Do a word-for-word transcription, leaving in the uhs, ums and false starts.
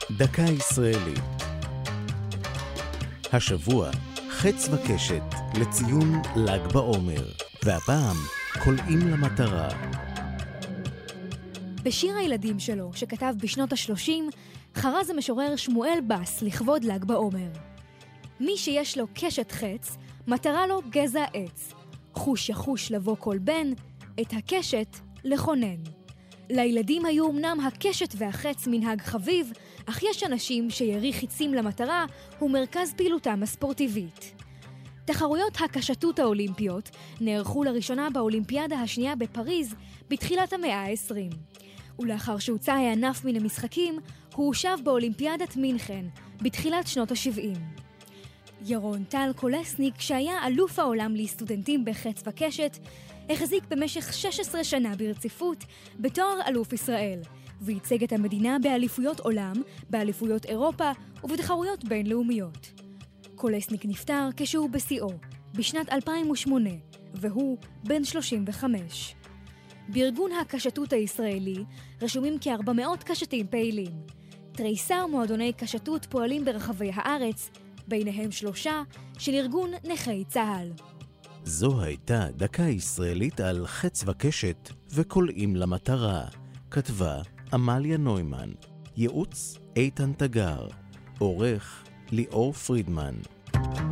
דקה ישראלית. השבוע חץ וקשת לציון ל"ג בעומר, והפעם קולעים למטרה. בשיר הילדים שלו, שכתב בשנות ה-שלושים, חרז המשורר שמואל בס לכבוד ל"ג בעומר. מי שיש לו קשת חץ, מטרה לו גזע עץ. חוש יחוש לבוא כל בן, את הקשת לכונן. לילדים היו אמנם הקשת והחץ מנהג חביב, אך יש אנשים שירי חיצים למטרה הוא מרכז פעילותם הספורטיבית. תחרויות הקשתות האולימפיות נערכו לראשונה באולימפיאדה השנייה בפריז בתחילת המאה ה-עשרים. ולאחר שהוצא הענף מן המשחקים, הוא הושב באולימפיאדת מינכן בתחילת שנות ה-שבעים. ירון טל קולסניק, שהיה אלוף העולם לסטודנטים בחץ וקשת, החזיק במשך שש עשרה שנה ברציפות בתואר אלוף ישראל, וייצג את המדינה באליפויות עולם, באליפויות אירופה ובתחרויות בינלאומיות. קולסניק נפטר כשהוא בשיאו, בשנת אלפיים ושמונה, והוא בן שלושים וחמש. בארגון הקשתות הישראלי רשומים כ-ארבע מאות קשתים פעילים. תריסר מועדוני קשתות פועלים ברחבי הארץ, ביניהם שלושה של ארגון נכי צה"ל. זו הייתה דקה ישראלית על חץ וקשת וקולעים למטרה. כתבה אמליה נוימן, ייעוץ איתן תגר, עורך ליאור פרידמן.